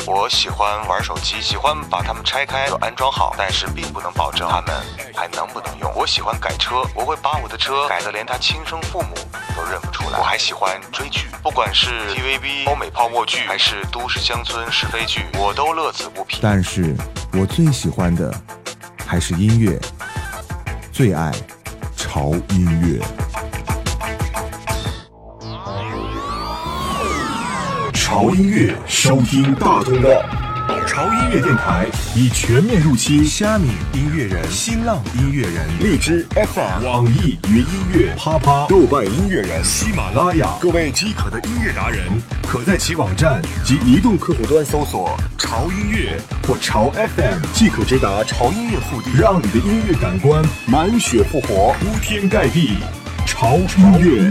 我喜欢玩手机，喜欢把它们拆开又安装好，但是并不能保证它们还能不能用。我喜欢改车，我会把我的车改得连他亲生父母都认不出来。我还喜欢追剧，不管是 TVB 欧美泡沫剧还是都市乡村是非剧，我都乐此不疲。 但是我最喜欢的还是音乐，最爱潮音乐。 潮音乐收听大通道，潮音乐电台已全面入侵虾米音乐人、新浪音乐人、荔枝 FM、网易云音乐、啪啪、豆瓣音乐人、喜马拉雅。各位饥渴的音乐达人，可在其网站及移动客户端搜索“潮音乐”或“潮 FM”， 即可直达潮音乐腹地，让你的音乐感官满血复活，铺天盖地，潮音乐。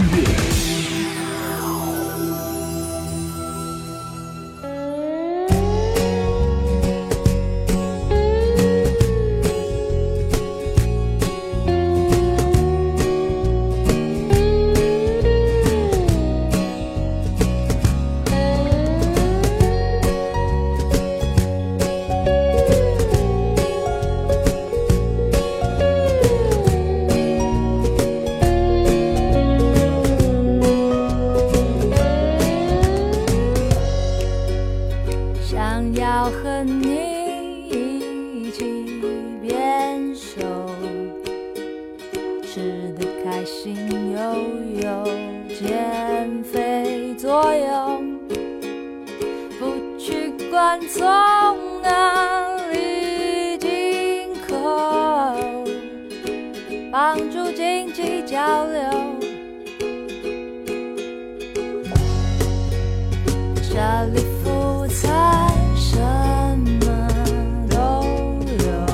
帮助经济交流，这里副餐什么都有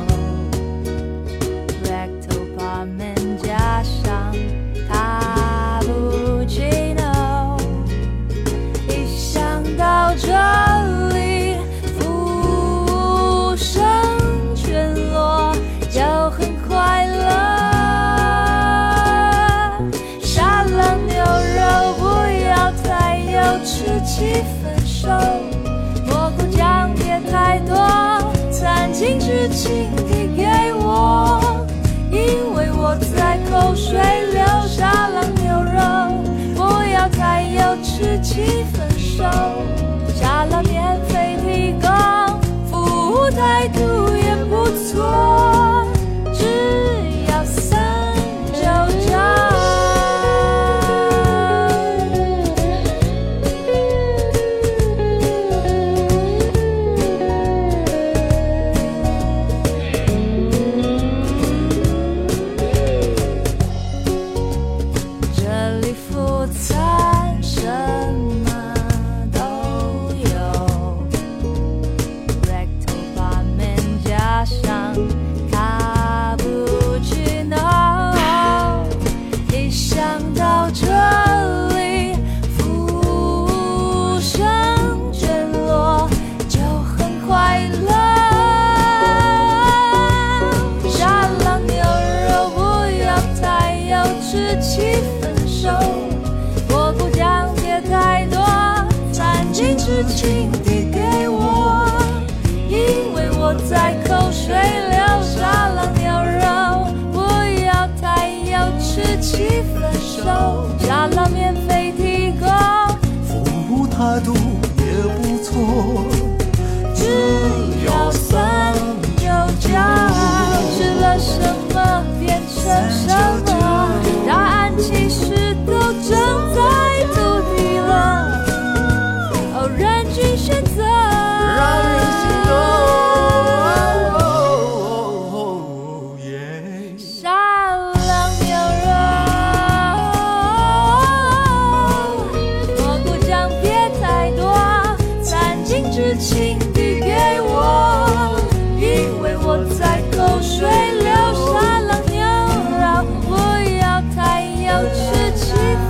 Recto Parmen 加上卡布奇诺，一想到这里浮生全落就很快乐。吃七分熟，蘑菇酱别太多，餐巾纸请递给我，因为我在口水流。沙朗牛肉不要太油，吃七分熟，沙拉免费提供，服务态度也不错，只要399。请递给我，因为我在口水流。沙拉牛肉不要太油，吃七分熟，沙拉免费提供， 服务态度也不错， 只要399。吃了什么变成什么，答案其实都正在肚底了。人均选择， 让人心动。 沙朗牛肉，蘑菇酱别太多，餐巾纸请递给我，因为我在口水流。沙朗牛肉不要太油，吃7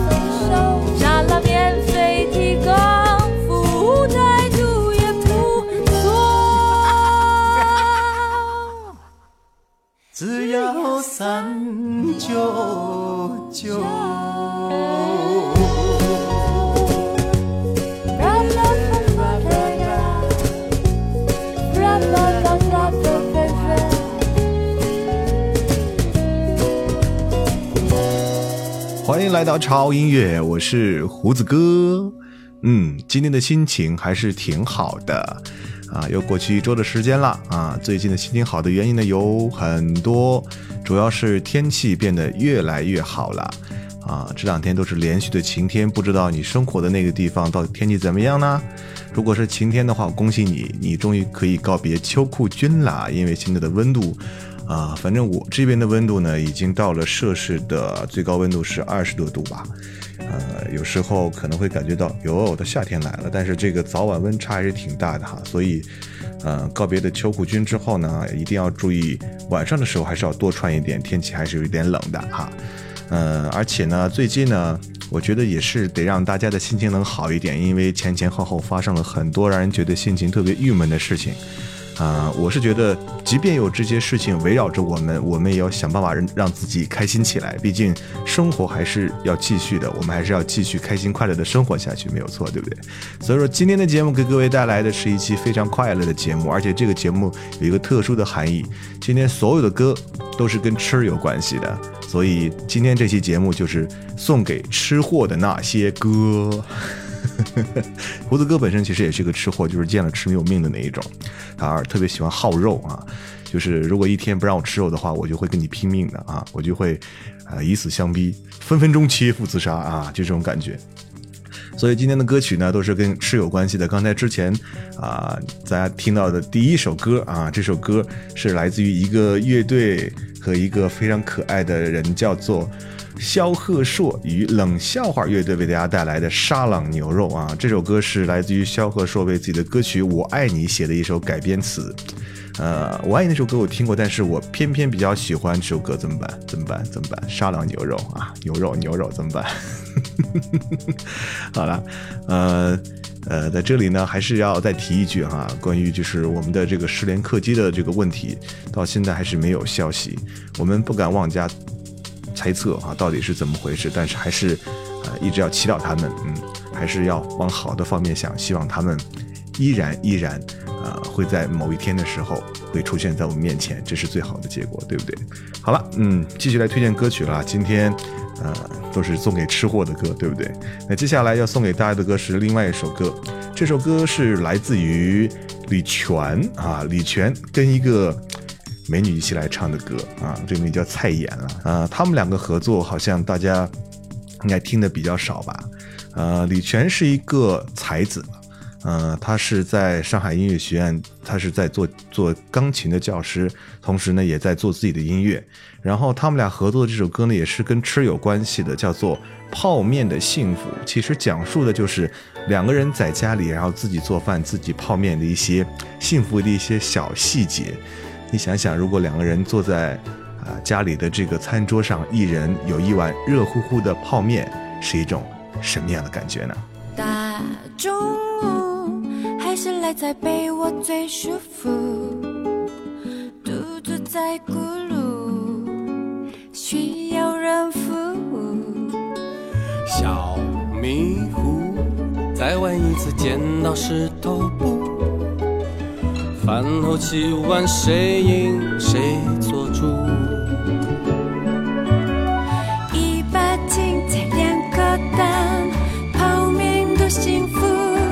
来到潮音乐，我是胡子哥。今天的心情还是挺好的又过去1周的时间了最近的心情好的原因呢有很多，主要是天气变得越来越好了这2天都是连续的晴天，不知道你生活的那个地方到底天气怎么样呢？如果是晴天的话，恭喜你，你终于可以告别秋裤君了，因为现在的温度反正我这边的温度呢已经到了摄氏的最高温度是20多度吧。有时候可能会感觉到的夏天来了，但是这个早晚温差还是挺大的所以告别的秋裤君之后呢，一定要注意晚上的时候还是要多穿一点，天气还是有一点冷的而且呢最近呢我觉得也是得让大家的心情能好一点，因为前后发生了很多让人觉得心情特别郁闷的事情我是觉得即便有这些事情围绕着我们也要想办法让自己开心起来，毕竟生活还是要继续的，我们还是要继续开心快乐的生活下去，没有错，对不对？所以说今天的节目给各位带来的是一期非常快乐的节目，而且这个节目有一个特殊的含义，今天所有的歌都是跟吃有关系的，所以今天这期节目就是送给吃货的那些歌胡子哥本身其实也是个吃货，就是见了吃没有命的那一种特别喜欢好肉就是如果一天不让我吃肉的话，我就会跟你拼命的我就会以死相逼，分分钟切腹自杀就这种感觉。所以今天的歌曲呢都是跟吃有关系的。刚才之前大家听到的第一首歌这首歌是来自于一个乐队和一个非常可爱的人，叫做萧贺硕与冷笑话乐队为大家带来的沙朗牛肉这首歌是来自于萧贺硕为自己的歌曲《我爱你》写的一首改编词。我爱你那首歌我听过，但是我偏偏比较喜欢这首歌，怎么办？沙朗牛肉牛肉怎么办？好了，在这里呢还是要再提一句关于就是我们的这个失联客机的这个问题，到现在还是没有消息，我们不敢妄加猜测到底是怎么回事，但是还是一直要祈祷他们还是要往好的方面想，希望他们依然会在某一天的时候会出现在我们面前，这是最好的结果，对不对？好了，继续来推荐歌曲了。今天都是送给吃货的歌，对不对？那接下来要送给大家的歌是另外一首歌，这首歌是来自于李泉李泉跟一个美女一起来唱的歌这个名叫蔡妍了他们2个合作好像大家应该听的比较少吧李泉是一个才子他是在上海音乐学院，他是在做钢琴的教师，同时呢也在做自己的音乐。然后他们俩合作的这首歌呢也是跟吃有关系的，叫做泡面的幸福。其实讲述的就是2个人在家里然后自己做饭自己泡面的一些幸福的一些小细节。你想想，如果2个人坐在家里的这个餐桌上，一人有一碗热乎乎的泡面，是一种什么样的感觉呢？ 大中午还是赖在被窝最舒服，肚子在咕噜，需要人扶。 小迷糊再玩一次剪刀石头布，饭后起碗谁赢谁做主， 一把青菜2颗蛋，泡面多幸福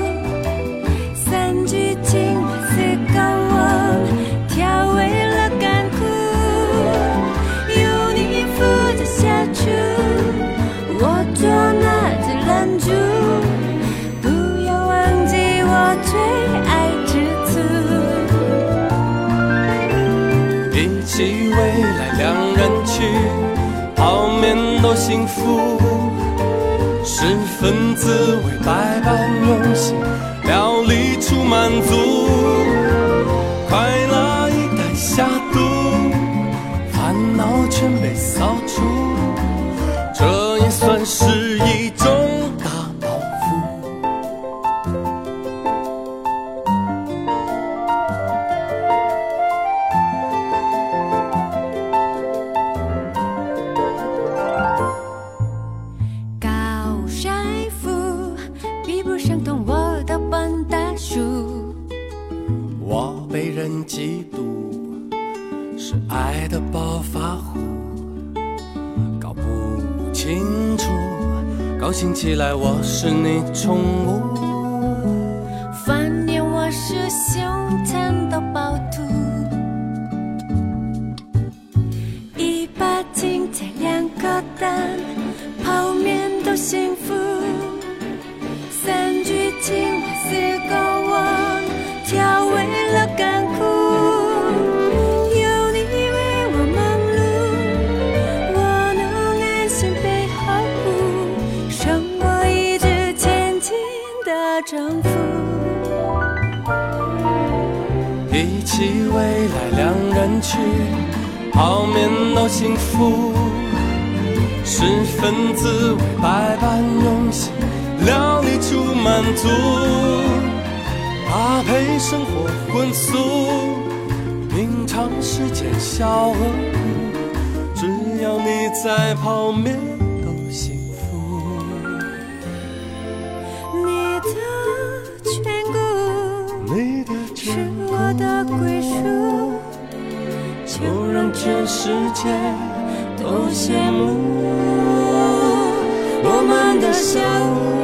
，3句情话4个我调味了干苦，有你负责下厨，我做那只懒猪，不要忘记我最爱吃醋， 一起未来2人去，泡面多幸福，10分滋味百般用心，料理出满足，快乐一旦下肚，烦恼全被扫除，这也算是一种大报复。 高帅富比不上懂我的笨大叔， 我被人嫉妒，是爱的暴发户，搞不清楚高兴起来我是你宠物， 饭店我是胸膛的暴徒，一把青菜2个蛋，泡面都幸福，3句情话4个我，调味了干枯，有你为我忙碌，我能安心被呵护，胜过一直前进的征服。 一起未来2人去，泡面都幸福，10分滋味百般用心，料理出满足，搭配生活荤素，品尝世间小和苦，只要你在，泡面都幸福。 你的眷顾， 你的是我的归属， 就让全世界都羡慕我们的相遇。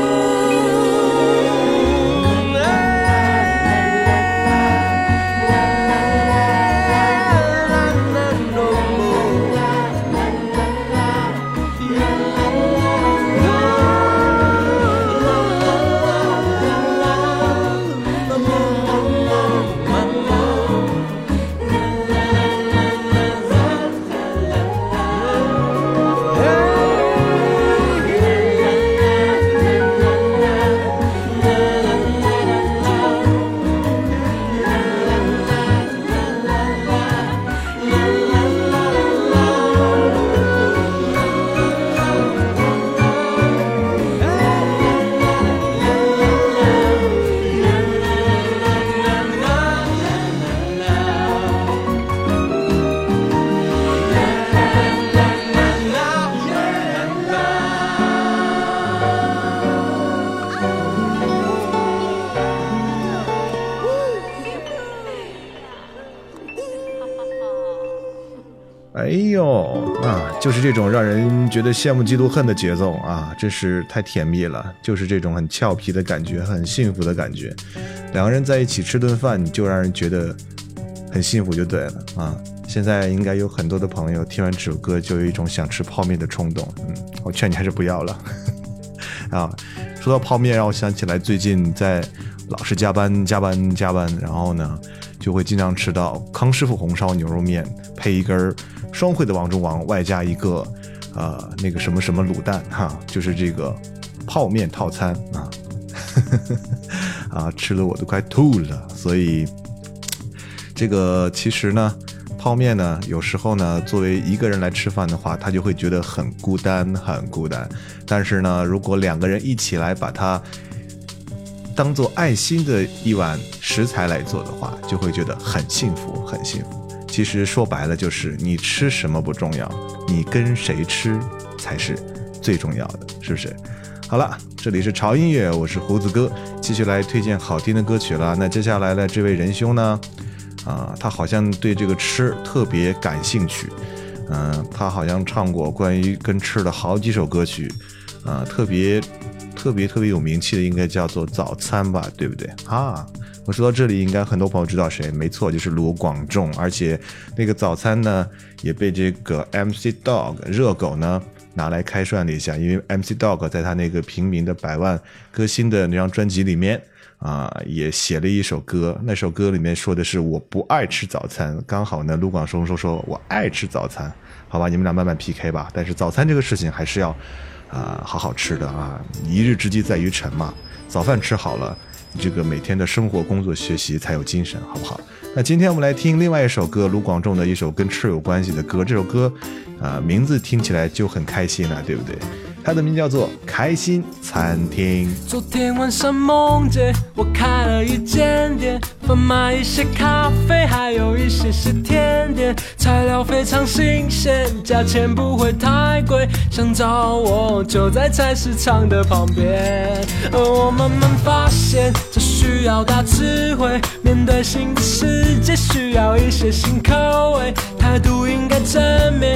哎呦啊，就是这种让人觉得羡慕嫉妒恨的节奏啊，真是太甜蜜了，就是这种很俏皮的感觉，很幸福的感觉。2个人在一起吃顿饭，就让人觉得很幸福就对了啊。现在应该有很多的朋友听完这首歌就有一种想吃泡面的冲动，我劝你还是不要了啊。说到泡面，让我想起来最近在老是加班，然后呢就会经常吃到康师傅红烧牛肉面配一根双汇的王中王，外加一个那个什么什么卤蛋哈，就是这个泡面套餐啊啊，吃了我都快吐了。所以这个其实呢，泡面呢有时候呢作为一个人来吃饭的话，他就会觉得很孤单。但是呢，如果2个人一起来把它当做爱心的一碗食材来做的话，就会觉得很幸福。其实说白了就是你吃什么不重要，你跟谁吃才是最重要的，是不是？好了，这里是潮音乐，我是胡子哥，继续来推荐好听的歌曲了。那接下来的这位仁兄呢他好像对这个吃特别感兴趣，他好像唱过关于跟吃的好几首歌曲，特别有名气的应该叫做早餐吧，对不对啊？我说到这里应该很多朋友知道谁，没错，就是卢广仲。而且那个早餐呢也被这个 MC Dog 热狗呢拿来开涮了一下，因为 MC Dog 在他那个平民的百万歌星的那张专辑里面也写了一首歌，那首歌里面说的是我不爱吃早餐，刚好呢卢广仲说我爱吃早餐，好吧，你们俩慢慢 PK 吧。但是早餐这个事情还是要好好吃的啊，一日之计在于晨嘛，早饭吃好了，这个每天的生活工作学习才有精神，好不好？那今天我们来听另外一首歌，卢广仲的一首跟吃有关系的歌，这首歌名字听起来就很开心了，对不对？它的名叫做开心餐厅。 昨天晚上梦见我开了一间店，贩卖一些咖啡还有一些是甜点，材料非常新鲜，价钱不会太贵，想找我就在菜市场的旁边。而我慢慢发现这需要大智慧，面对新的世界需要一些新口味，态度应该正面，用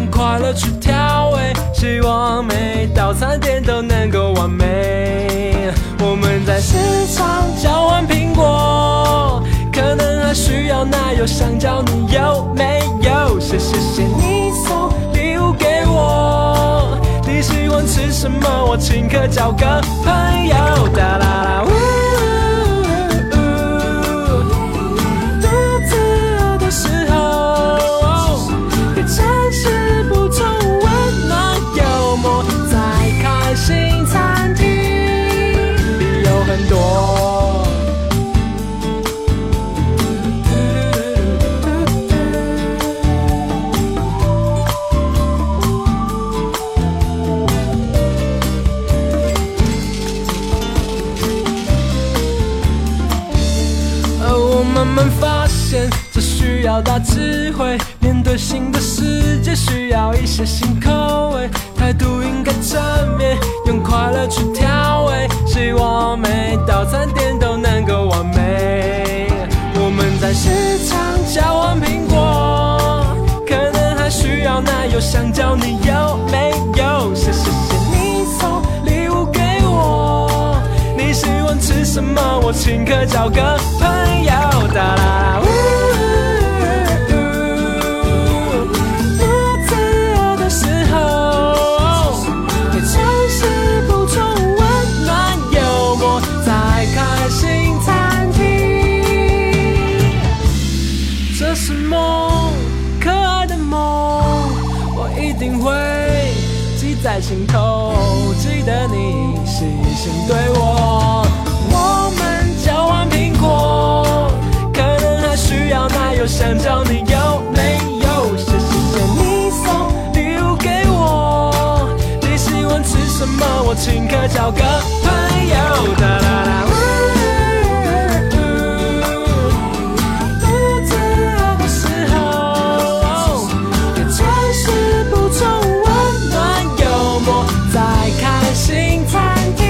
用快乐去调味，希望每道餐点都能够完美。我们在市场交换苹果，可能还需要奶油香蕉，你有没有？谢谢你送礼物给我，你喜欢吃什么？我请客交个朋友。哒啦啦呜，肚子饿的时候，别暂时补充温暖幽默，在开心餐厅里有很多。慢慢发现，这需要大智慧。面对新的世界，需要一些新口味。态度应该正面，用快乐去调味。希望每道餐点都能够完美。我们在市场交换苹果，可能还需要奶油香蕉，你有没有？谢谢你送礼物给我，你喜欢吃什么？我请客交个朋友。哒啦啦呜，肚子饿的时候，别暂时补充温暖幽默，在开心餐厅。这是梦，可爱的梦，我一定会记在心头，记得你细心对我。我们交换苹果，可能还需要奶油香蕉，你有没有？谢谢你送礼物给我，你喜欢吃什么？我请客交个朋友。哒啦啦呜，肚子饿的时候，别暂时补充温暖幽默，在开心餐厅。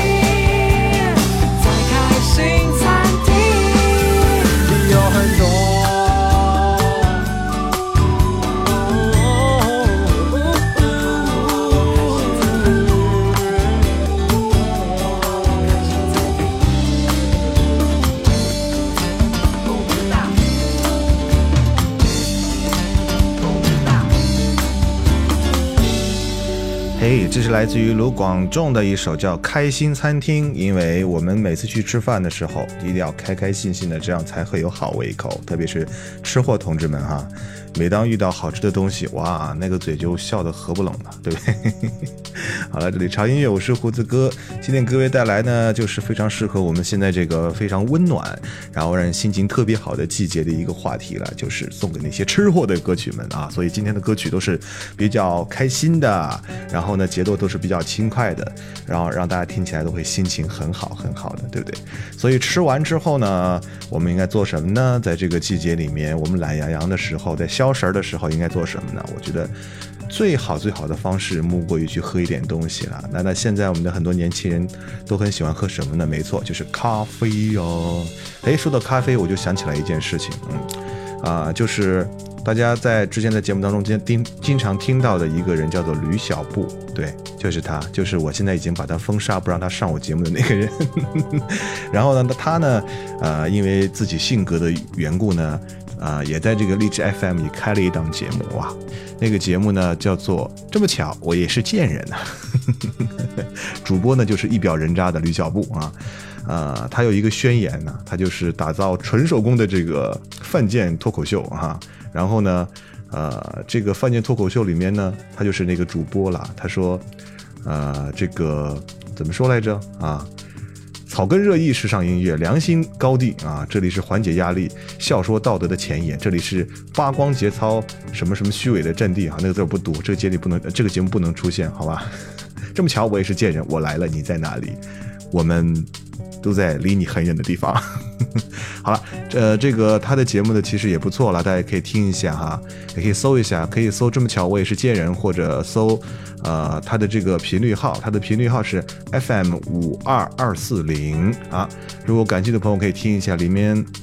嘿，这是来自于卢广仲的一首叫《开心餐厅》，因为我们每次去吃饭的时候，一定要开开心心的，这样才会有好胃口。特别是吃货同志们哈，每当遇到好吃的东西，哇，那个嘴就笑得合不拢了，对不对？好了，这里潮音乐，我是胡子哥，今天各位带来呢，就是非常适合我们现在这个非常温暖，然后让人心情特别好的季节的一个话题了，就是送给那些吃货的歌曲们啊。所以今天的歌曲都是比较开心的，然后呢节奏都是比较轻快的，然后让大家听起来都会心情很好很好的，对不对？所以吃完之后呢，我们应该做什么呢？在这个季节里面，我们懒洋洋的时候，在消食的时候应该做什么呢？我觉得最好的方式莫过于去喝一点东西了。那现在我们的很多年轻人都很喜欢喝什么呢？没错，就是咖啡哦。哎，说到咖啡，我就想起来一件事情，就是大家在之前的节目当中经常听到的一个人叫做吕小布，对，就是他，就是我现在已经把他封杀不让他上我节目的那个人。然后呢，他呢，因为自己性格的缘故呢，也在这个荔枝 FM 里开了一档节目，哇，那个节目呢叫做这么巧我也是贱人啊。主播呢就是一表人渣的吕小布啊。他有一个宣言呢，他就是打造纯手工的这个饭店脱口秀啊。然后呢，这个饭店脱口秀里面呢，他就是那个主播了。他说，这个怎么说来着啊？草根热议，时尚音乐，良心高地啊！这里是缓解压力、笑说道德的前沿，这里是发光节操什么什么虚伪的阵地啊！那个字不读，这个节目不能出现，好吧？这么巧，我也是贱人，我来了，你在哪里？我们都在离你很远的地方。好了，这个他的节目呢其实也不错了，大家可以听一下哈，也可以搜一下，可以搜这么巧我也是贱人，或者搜他的这个频率号，他的频率号是 FM52240啊。如果感兴趣的朋友可以听一下，里面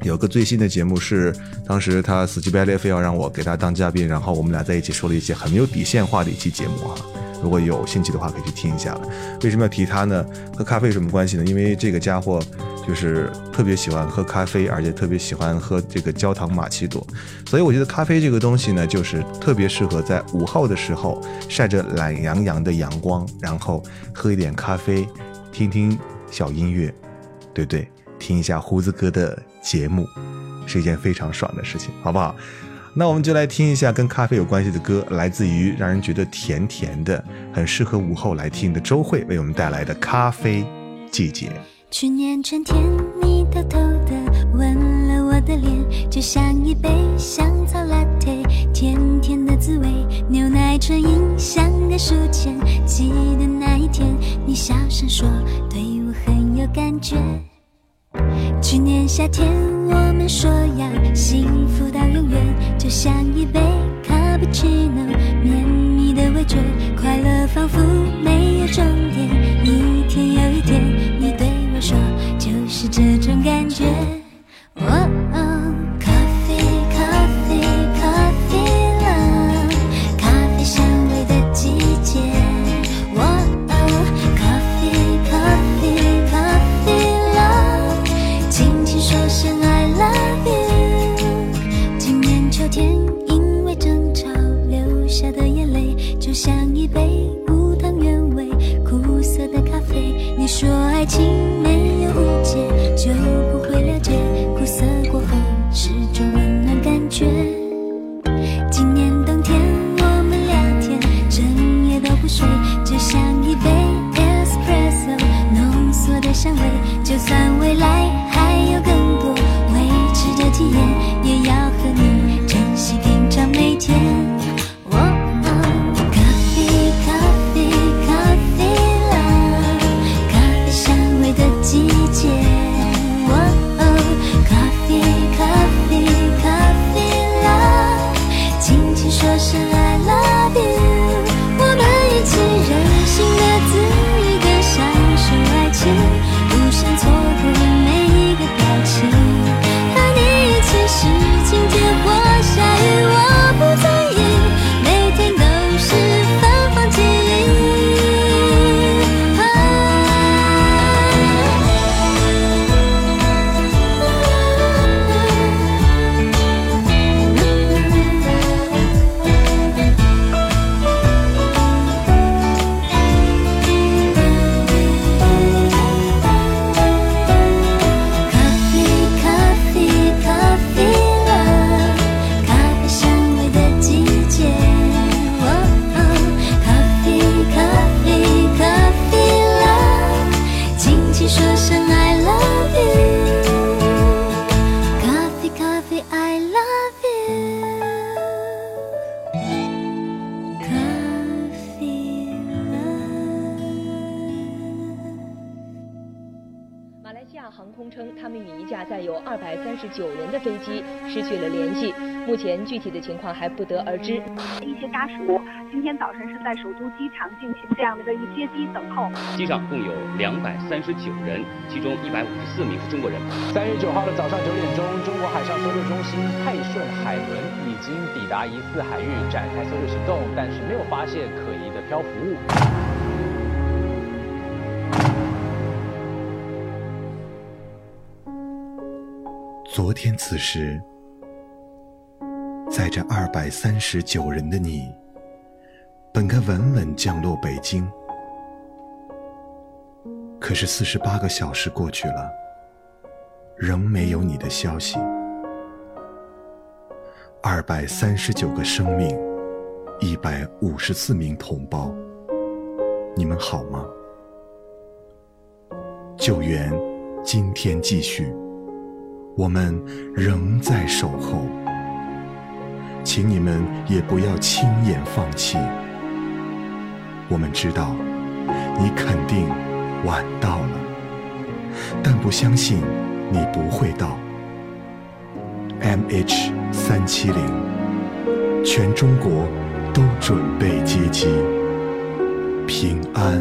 有个最新的节目是当时他死乞白赖非要让我给他当嘉宾，然后我们俩在一起说了一些很没有底线化的一期节目啊。如果有兴趣的话可以去听一下了。为什么要提他呢？和咖啡有什么关系呢？因为这个家伙就是特别喜欢喝咖啡，而且特别喜欢喝这个焦糖玛奇朵，所以我觉得咖啡这个东西呢，就是特别适合在午后的时候晒着懒洋洋的阳光，然后喝一点咖啡，听听小音乐，对不对？听一下胡子哥的节目是一件非常爽的事情，好不好？那我们就来听一下跟咖啡有关系的歌，来自于让人觉得甜甜的，很适合午后来听的周蕙为我们带来的咖啡季节。 去年春天你偷偷地吻了我的脸，就像一杯香草 latte， 甜甜的滋味，牛奶纯饮像个书签。记得那一天你小声说对我很有感觉。去年夏天我们说要幸福到永远，就像一杯卡布奇诺，绵密的味觉，快乐仿佛没有终点，一天又一天你对我说就是这种感觉。哦哦，咖啡咖啡咖啡了，咖啡香味的季节。哦哦，咖啡咖啡咖啡了，轻轻说声 I love you。 今年秋天因为争吵流下的眼泪，就像一杯无糖原味苦涩的咖啡。你说爱情没有误解，就不会了解苦涩过后是种温暖感觉。今年冬天我们聊天整夜都不睡，就像一杯 espresso 浓缩的香味，就算未来还有更多未知的体验，也要和你珍惜品尝每天。季节，哦哦，咖啡咖啡咖啡啦，轻轻说声 I love you。 我们一起任性的恣意的享受爱情，不想错过每一个表情，和你一起是晴天或下雨我不在意，每天都是芬芳记忆。 239人的飞机失去了联系，目前具体的情况还不得而知。 一些家属今天早晨是在首都机场进行这样的一个接机等候。 机上共有239人，其中154名是中国人。 3月9号的早上9点钟，中国海上搜救中心泰顺海轮已经抵达疑似海域，展开搜救行动，但是没有发现可疑的漂浮物。 昨天此时，载着239人的你，本该稳稳降落北京，可是48个小时过去了，仍没有你的消息。239个生命，154名同胞，你们好吗？救援今天继续，我们仍在守候，请你们也不要轻言放弃。我们知道你肯定晚到了，但不相信你不会到。MH370，全中国都准备接机，平安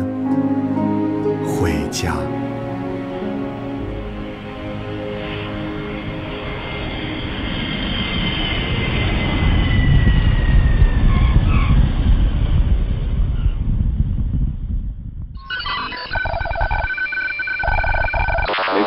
回家。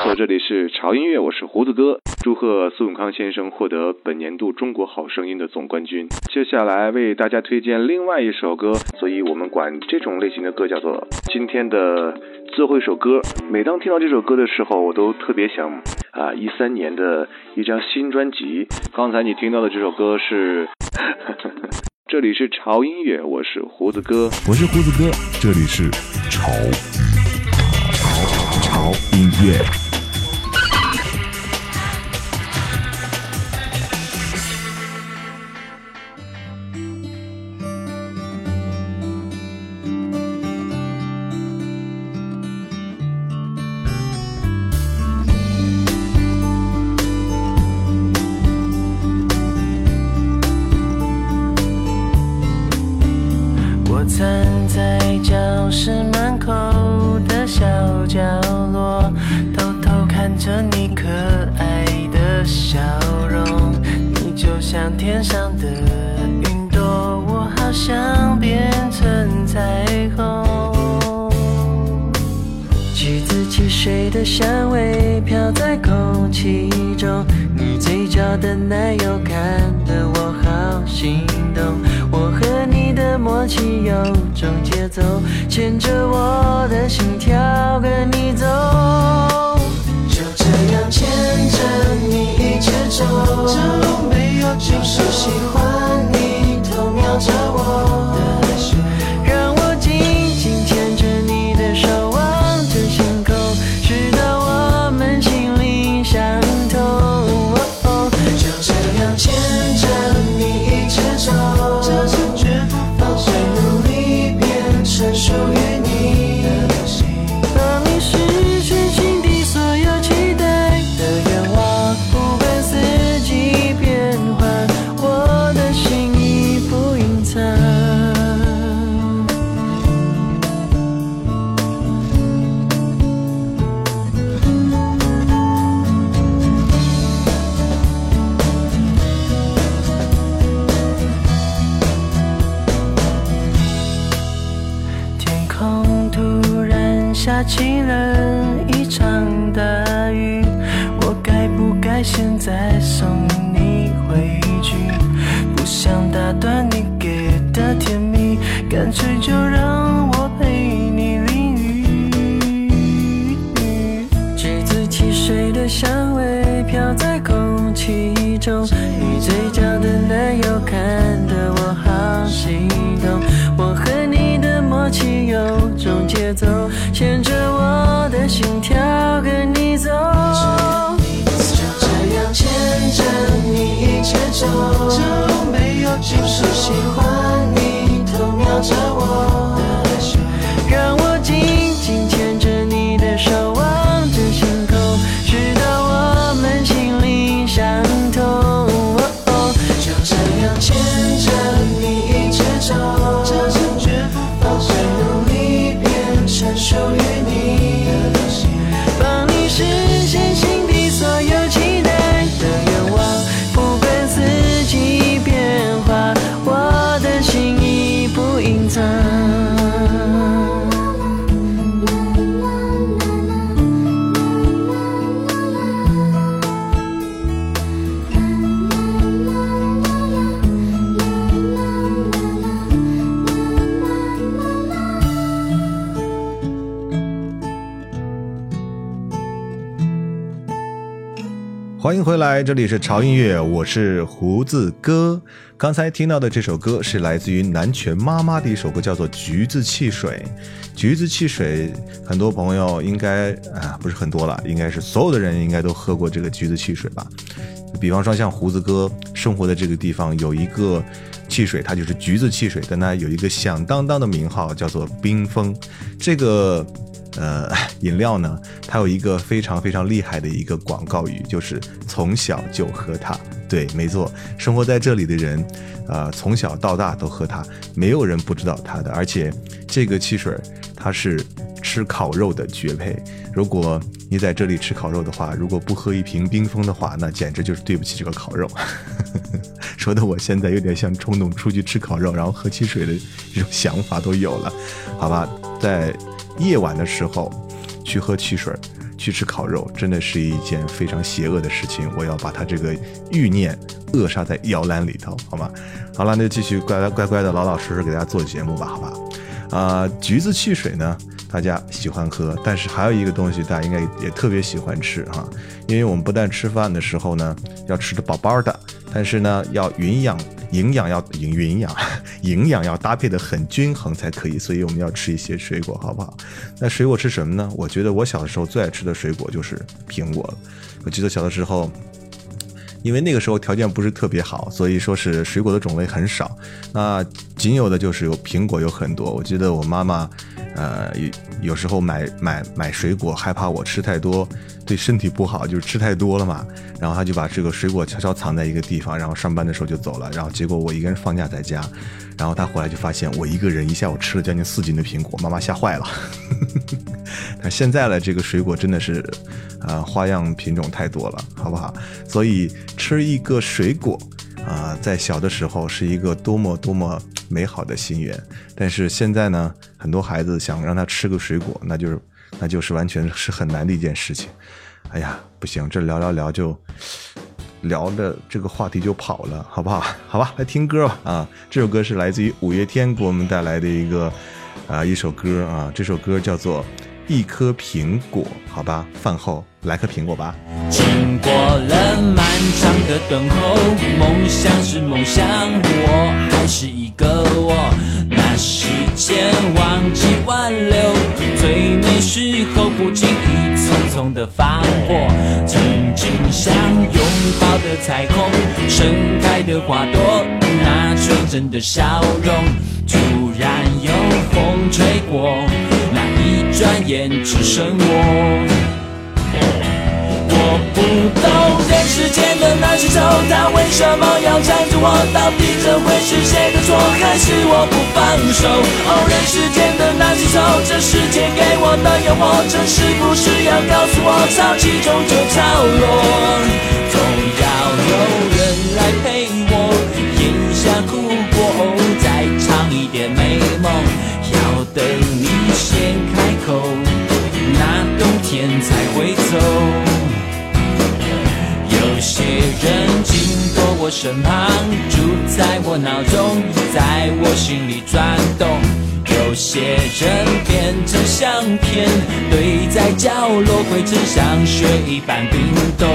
错，这里是潮音乐，我是胡子哥。祝贺苏永康先生获得本年度中国好声音的总冠军。接下来为大家推荐另外一首歌，所以我们管这种类型的歌叫做今天的最后一首歌。每当听到这首歌的时候，我都特别想13年的一张新专辑。刚才你听到的这首歌是这里是潮音乐，我是胡子哥， 我是胡子哥，这里是潮音乐。 站在教室门口的小角落，偷偷看着你可爱的笑容。你就像天上的云朵，我好想变成彩虹。橘子汽水的香味飘在空气中，你嘴角的奶油看得我好心动。我和你的默契有种节奏，牵着我的心跳跟你走，就这样牵着你一直走，就没有就是喜欢你偷瞄着我的手，让我紧紧牵着你的手，望着星空，直到我们心灵相通，就这样牵着你一直走，这次绝不放手，努力变成属于你的心，帮你实现心底所有期待的愿望，不管四季变换，我的心意不隐藏。天空突然下起了一场大雨，我该不该现在送你回去？不想打断你给的甜蜜，干脆就让我陪你淋雨。橘子汽水的香味飘在空气中，你嘴角的奶油看得我好心动。我和你的默契有种节奏，牵着我的心跳跟你走，就这样牵着你一直走，就没有就是喜欢你偷瞄着我的手，让我紧紧牵着你的手，望着星空，直到我们心灵相通，就这样牵着你一直走，这次绝不放手，努力变成属于你的心，帮你实现心底所有期待的愿望，不管四季变化，我的心意不隐藏。 欢迎回来，这里是潮音乐，我是胡子哥。刚才听到的这首歌是来自于南拳妈妈的一首歌，叫做《橘子汽水》。橘子汽水，很多朋友应该不是很多了，应该是所有的人应该都喝过这个橘子汽水吧。比方说像胡子哥生活的这个地方有一个汽水，它就是橘子汽水，但它有一个响当当的名号，叫做冰峰。这个饮料呢，它有一个非常非常厉害的一个广告语，就是从小就喝它。对，没错，生活在这里的人从小到大都喝它，没有人不知道它的。而且这个汽水它是吃烤肉的绝配，如果你在这里吃烤肉的话，如果不喝一瓶冰峰的话，那简直就是对不起这个烤肉。说的我现在有点像冲动出去吃烤肉然后喝汽水的这种想法都有了。好吧，在夜晚的时候去喝汽水， 去吃烤肉，真的是一件非常邪恶的事情。我要把他这个欲念扼杀在摇篮里头，好吗？好了，那就继续乖的老老实实给大家做节目吧，好吧？橘子汽水呢，大家喜欢喝，但是还有一个东西大家应该也特别喜欢吃哈，因为我们不但吃饭的时候呢要吃得饱饱的，但是呢要营养要搭配得很均衡才可以，所以我们要吃一些水果，好不好？那水果吃什么呢？我觉得我小的时候最爱吃的水果就是苹果了。我记得小的时候，因为那个时候条件不是特别好，所以说是水果的种类很少，那仅有的就是有苹果有很多。我记得我妈妈有时候买水果，害怕我吃太多对身体不好，就是吃太多了嘛，然后她就把这个水果悄悄藏在一个地方，然后上班的时候就走了，然后结果我一个人放假在家，然后她回来就发现我一个人一下午吃了将近4斤的苹果，妈妈吓坏了。但现在的这个水果真的是花样品种太多了，好不好？所以吃一个水果在小的时候是一个多么美好的心愿，但是现在呢，很多孩子想让他吃个水果，那就是完全是很难的一件事情。哎呀，不行，这聊就聊的这个话题就跑了，好不好？好吧，来听歌吧这首歌是来自于五月天给我们带来的一首歌这首歌叫做一颗苹果，好吧，饭后来颗苹果吧。 经过了漫长的等候，梦想是梦想，我还是一个我，那时间忘记挽留，最美时候不经意匆匆的放过，曾经想拥抱的彩虹，盛开的花朵，那纯真的笑容，突然有风吹过，那一转眼只剩我。我不懂人世间的那些愁，他为什么要缠着我？到底这会是谁的错，还是我不放手？人世间的那些愁，这世界给我的诱惑，这是不是要告诉我，潮起终究潮落？总要有人来陪我，咽下苦果，再尝一点美梦，要等你先开口，那冬天才会走。有些人经过我身旁，住在我脑中，在我心里转动。有些人变成相片，堆在角落，灰尘像雪一般冰冻。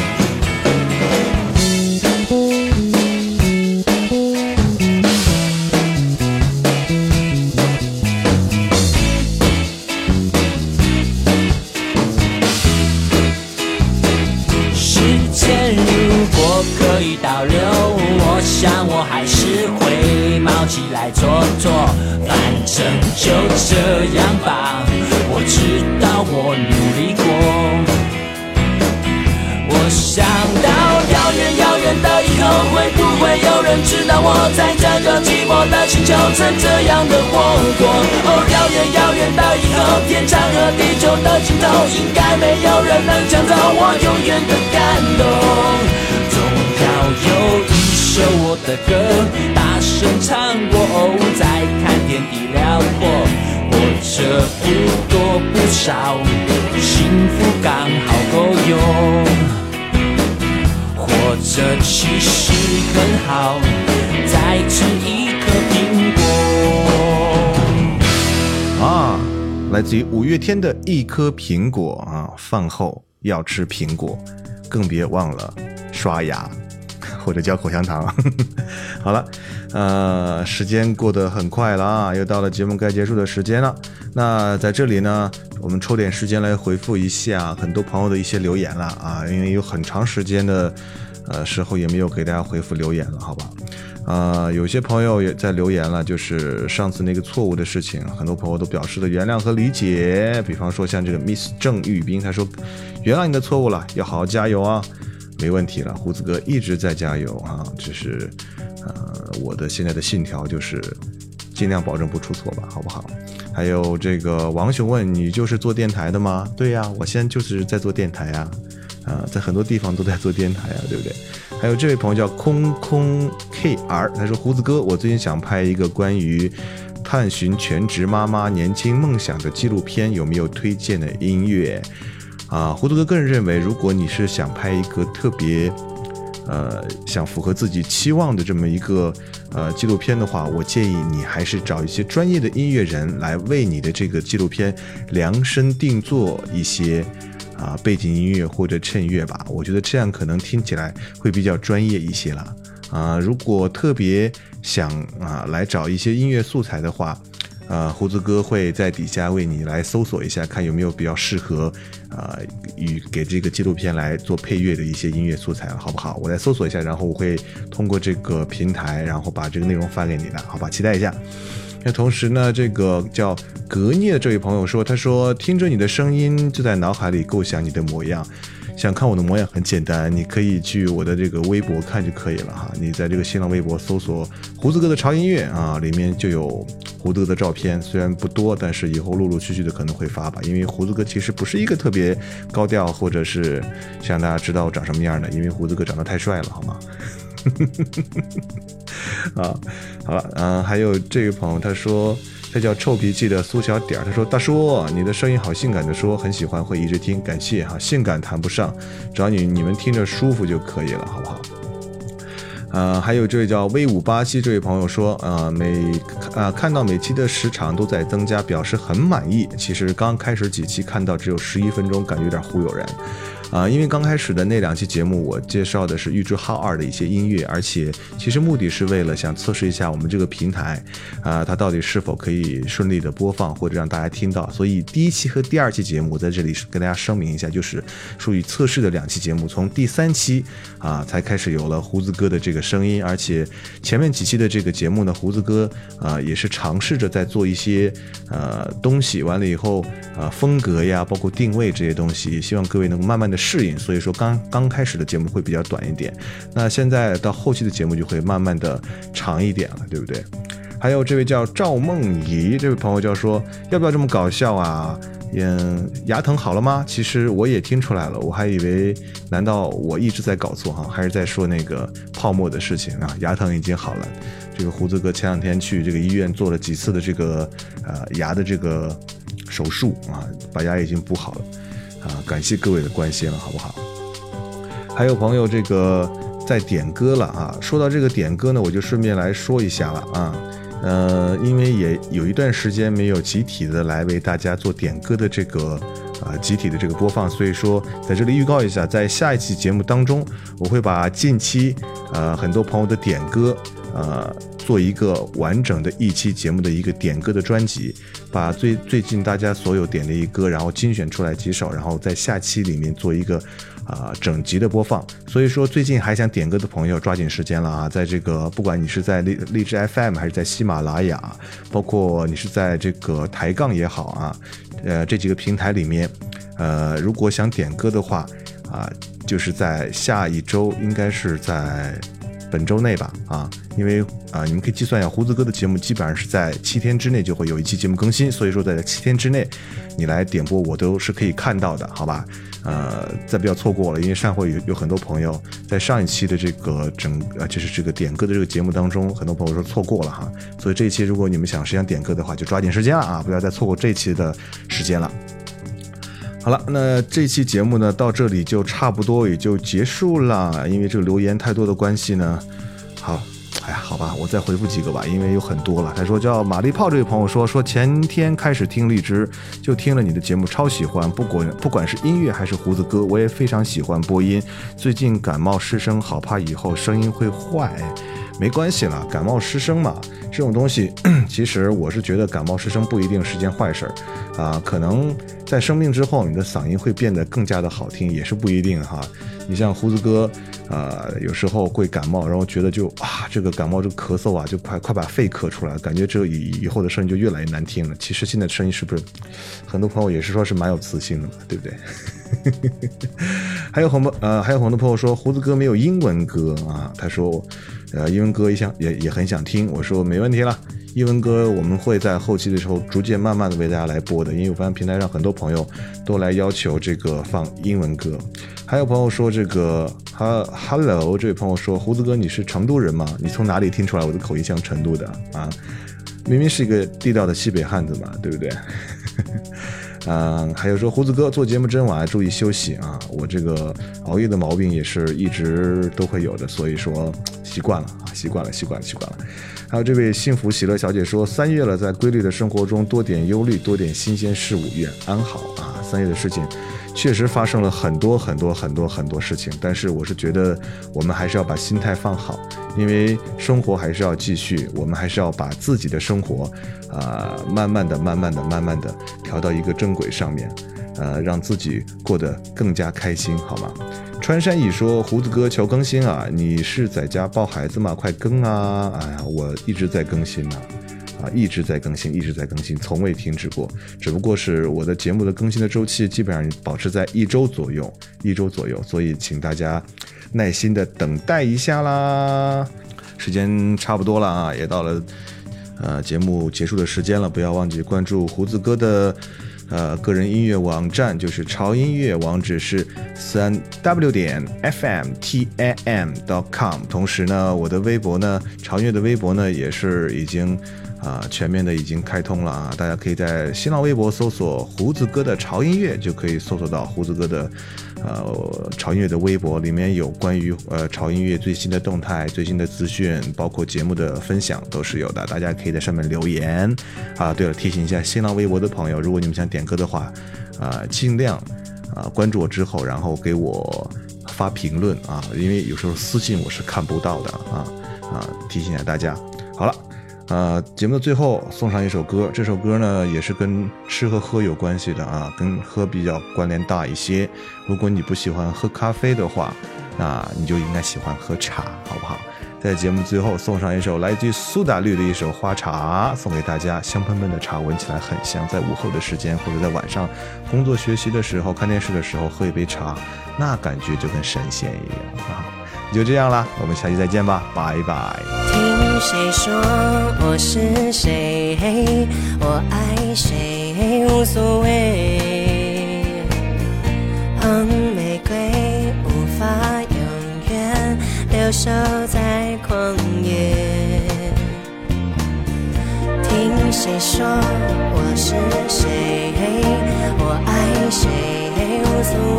可以倒流，我想我还是会冒起来做，反正就这样吧，我知道我努力过。我想到遥远的以后，会不会有人知道我在这个寂寞的星球曾这样的活过？遥远的以后，天长和地久的尽头，应该没有人能抢走我永远的感动。要有一首我的歌，大声唱过，再看天地辽阔，活着不多不少，幸福刚好够用，活着其实很好，再吃一颗苹果来自于五月天的一颗苹果饭后要吃苹果，更别忘了刷牙或者嚼口香糖。好了，时间过得很快了又到了节目该结束的时间了。那在这里呢，我们抽点时间来回复一下很多朋友的一些留言了因为有很长时间的时候也没有给大家回复留言了，好吧？有些朋友也在留言了，就是上次那个错误的事情，很多朋友都表示了原谅和理解。比方说像这个 Miss 郑玉斌，他说原谅你的错误了，要好好加油啊。没问题了，胡子哥一直在加油只是我的现在的信条就是尽量保证不出错吧，好不好？还有这个王雄问，你就是做电台的吗？对呀，我现在就是在做电台在很多地方都在做电台对不对？还有这位朋友叫空空 KR， 他说胡子哥，我最近想拍一个关于探寻全职妈妈年轻梦想的纪录片，有没有推荐的音乐？ 胡子哥个人认为，如果你是想拍一个特别想符合自己期望的这么一个纪录片的话，我建议你还是找一些专业的音乐人来为你的这个纪录片量身定做一些背景音乐或者衬乐吧。我觉得这样可能听起来会比较专业一些了。如果特别想来找一些音乐素材的话，胡子哥会在底下为你来搜索一下，看有没有比较适合给这个纪录片来做配乐的一些音乐素材了，好不好？我来搜索一下，然后我会通过这个平台，然后把这个内容发给你的，好吧？期待一下。那同时呢，这个叫格聂的这位朋友说，他说听着你的声音就在脑海里构想你的模样。想看我的模样很简单，你可以去我的这个微博看就可以了哈。你在这个新浪微博搜索胡子哥的潮音乐里面就有胡子哥的照片，虽然不多，但是以后陆陆续续的可能会发吧。因为胡子哥其实不是一个特别高调，或者是想大家知道我长什么样的，因为胡子哥长得太帅了，好吗？好了，还有这位朋友他说，他叫臭脾气的苏小点，他说大叔你的声音好性感的说，很喜欢，会一直听，感谢哈。性感谈不上，只要你们听着舒服就可以了，好不好？还有这位叫威武巴西这位朋友说，看到每期的时长都在增加，表示很满意。其实刚开始几期看到只有11分钟，感觉有点忽悠人。因为刚开始的那2期节目我介绍的是预知号2的一些音乐，而且其实目的是为了想测试一下我们这个平台它到底是否可以顺利的播放或者让大家听到。所以第1期和第2期节目我在这里跟大家声明一下，就是属于测试的2期节目，从第3期才开始有了胡子哥的这个声音，而且前面几期的这个节目呢，胡子哥也是尝试着在做一些东西，完了以后风格呀包括定位这些东西，希望各位能够慢慢的适应，所以说刚开始的节目会比较短一点，那现在到后期的节目就会慢慢的长一点了，对不对？还有这位叫赵梦怡这位朋友叫说，要不要这么搞笑啊？牙疼好了吗？其实我也听出来了，我还以为难道我一直在搞错还是在说那个泡沫的事情牙疼已经好了。这个胡子哥前2天去这个医院做了几次的这个牙的这个手术把牙已经补好了。感谢各位的关心了，好不好？还有朋友这个在点歌了说到这个点歌呢，我就顺便来说一下了因为也有一段时间没有集体的来为大家做点歌的这个集体的这个播放，所以说在这里预告一下，在下一期节目当中，我会把近期很多朋友的点歌做一个完整的一期节目的一个点歌的专辑，把最近大家所有点的一歌，然后精选出来几首，然后在下期里面做一个整集的播放。所以说最近还想点歌的朋友抓紧时间了在这个不管你是在荔枝 FM 还是在喜马拉雅，包括你是在这个抬杠也好这几个平台里面如果想点歌的话就是在下一周，应该是在本周内吧因为你们可以计算一下，胡子哥的节目基本上是在7天之内就会有一期节目更新，所以说在7天之内你来点播我都是可以看到的，好吧？再不要错过了，因为上回有很多朋友在上一期的这个就是这个点歌的这个节目当中，很多朋友说错过了所以这一期如果你们想点歌的话，就抓紧时间了不要再错过这一期的时间了。好了，那这期节目呢到这里就差不多也就结束了，因为这个留言太多的关系呢。好吧，我再回复几个吧，因为有很多了。他说叫马力炮这位朋友说前天开始听荔枝，就听了你的节目，超喜欢，不管是音乐还是胡子哥，我也非常喜欢播音。最近感冒失声，好怕以后声音会坏。没关系啦，感冒失声嘛，这种东西其实我是觉得感冒失声不一定是件坏事可能在生病之后你的嗓音会变得更加的好听，也是不一定你像胡子哥有时候会感冒，然后觉得就这个感冒这个咳嗽就快把肺咳出来，感觉这以后的声音就越来越难听了。其实现在声音是不是很多朋友也是说是蛮有磁性的嘛，对不对？还有很多朋友说胡子哥没有英文歌他说英文歌也很想听，我说没问题了，英文歌我们会在后期的时候逐渐慢慢的为大家来播的，因为我发现平台上很多朋友都来要求这个放英文歌。还有朋友说这个Hello 这位朋友说胡子哥你是成都人吗？你从哪里听出来我的口音像成都的明明是一个地道的西北汉子嘛，对不对？ 还有说胡子哥做节目真晚，注意休息啊！我这个熬夜的毛病也是一直都会有的，所以说习惯了。还有这位幸福喜乐小姐说，3月了，在规律的生活中多点忧虑，多点新鲜事物，愿安好啊！3月的事情确实发生了很多事情，但是我是觉得我们还是要把心态放好，因为生活还是要继续，我们还是要把自己的生活慢慢的调到一个正轨上面，让自己过得更加开心，好吗？穿山乙说，胡子哥求更新啊，你是在家抱孩子吗？快更啊！哎呀，我一直在更新呢。一直在更新，从未停止过，只不过是我的节目的更新的周期基本上保持在一周左右，所以请大家耐心的等待一下啦。时间差不多了啊，也到了节目结束的时间了，不要忘记关注胡子哥的个人音乐网站，就是潮音乐，网址是3w.fmtam.com。同时呢，我的微博呢，潮音乐的微博呢，也是已经全面的已经开通了啊！大家可以在新浪微博搜索胡子哥的潮音乐，就可以搜索到胡子哥的潮音乐的微博，里面有关于潮音乐最新的动态、最新的资讯，包括节目的分享都是有的，大家可以在上面留言啊。对了，提醒一下新浪微博的朋友，如果你们想点歌的话，尽量关注我之后，然后给我发评论啊，因为有时候私信我是看不到的提醒一下大家。好了。节目的最后送上一首歌，这首歌呢也是跟吃和喝有关系的啊，跟喝比较关联大一些。如果你不喜欢喝咖啡的话，那你就应该喜欢喝茶，好不好？在节目最后送上一首来自于苏打绿的一首花茶，送给大家，香喷喷的茶闻起来很香，在午后的时间或者在晚上工作学习的时候、看电视的时候喝一杯茶，那感觉就跟神仙一样啊！就这样啦，我们下期再见吧，拜拜。 听谁说我是谁，我爱谁无所谓，玫瑰无法永远留守在旷野。听谁说我是谁，我爱谁无所谓，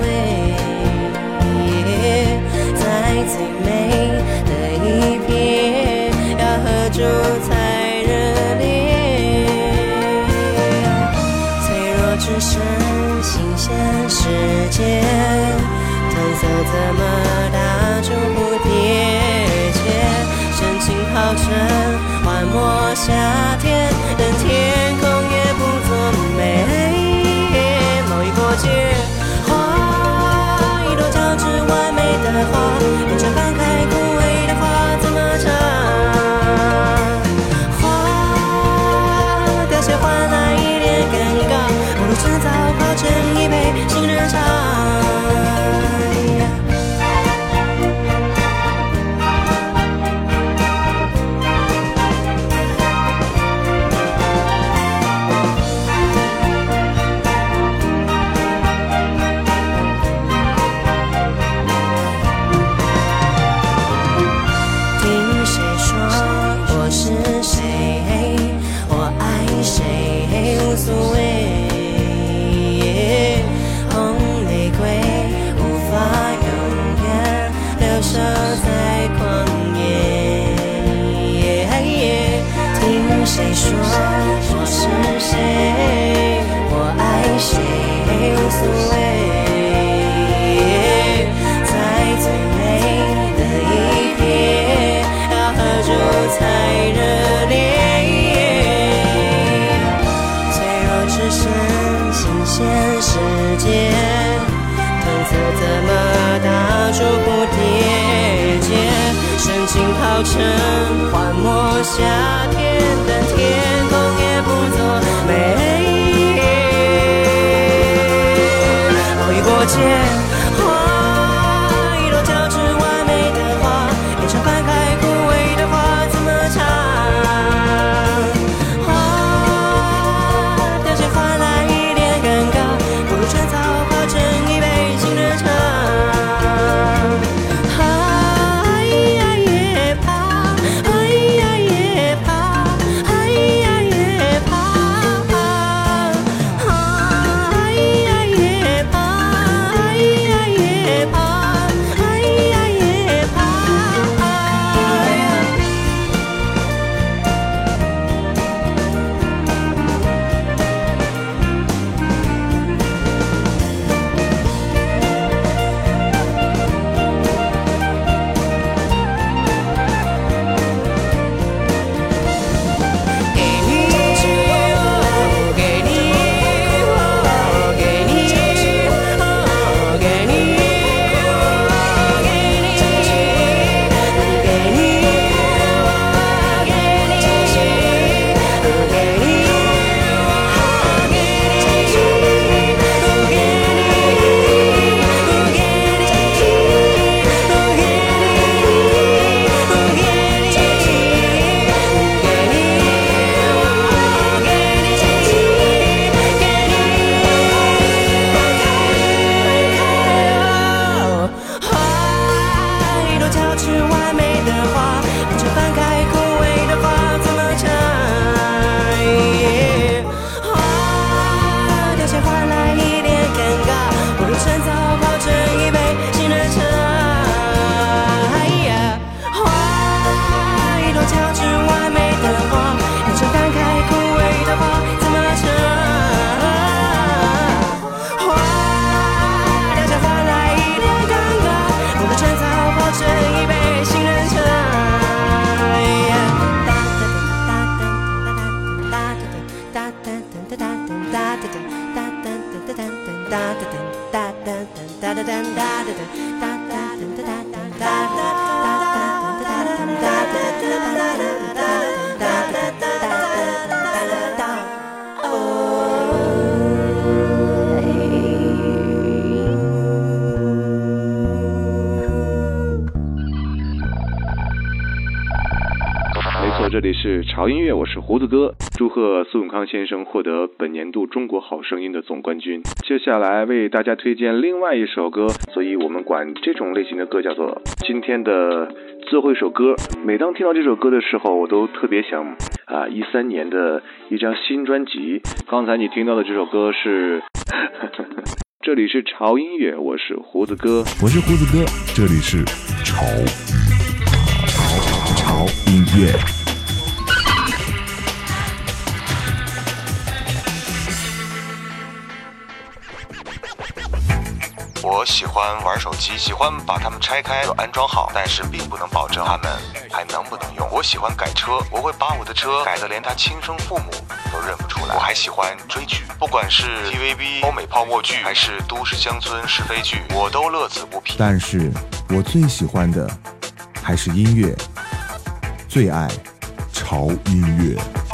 在最美的一瞥要合住才热烈，脆弱只剩新鲜世界，褪色怎么打出蝴蝶结，深情好成幻魔夏天，任天空也不作美，贸易过界，花一朵交织完美的花，变成半开枯萎的花怎么唱？花凋谢换来一脸尴尬，不如趁早泡成一杯杏仁茶。谁说我是谁？我爱谁无所谓，在最美的一瞥要合住才热烈，脆弱只剩新鲜世界，褪色怎么打出蝴蝶结，深情泡成幻魔夏天，但天空也不作美，贸易过界，花一朵交织完美的花，变成半开枯萎的花怎么唱？花凋谢换来一脸尴尬，不如趁早泡成一杯杏仁茶。哎呀耶怕，哎呀耶怕，哎呀耶这里是潮音乐，我是胡子哥。祝贺苏永康先生获得本年度中国好声音的总冠军。接下来为大家推荐另外一首歌，所以我们管这种类型的歌叫做今天的最后一首歌。每当听到这首歌的时候，我都特别想13年的一张新专辑。刚才你听到的这首歌是这里是潮音乐，我是胡子哥， 我是胡子哥，这里是潮音乐。 我喜欢玩手机，喜欢把它们拆开又安装好，但是并不能保证它们还能不能用。我喜欢改车，我会把我的车改得连他亲生父母都认不出来。我还喜欢追剧，不管是 TVB 欧美泡沫剧还是都市乡村是非剧，我都乐此不疲。 但是我最喜欢的还是音乐，最爱潮音乐。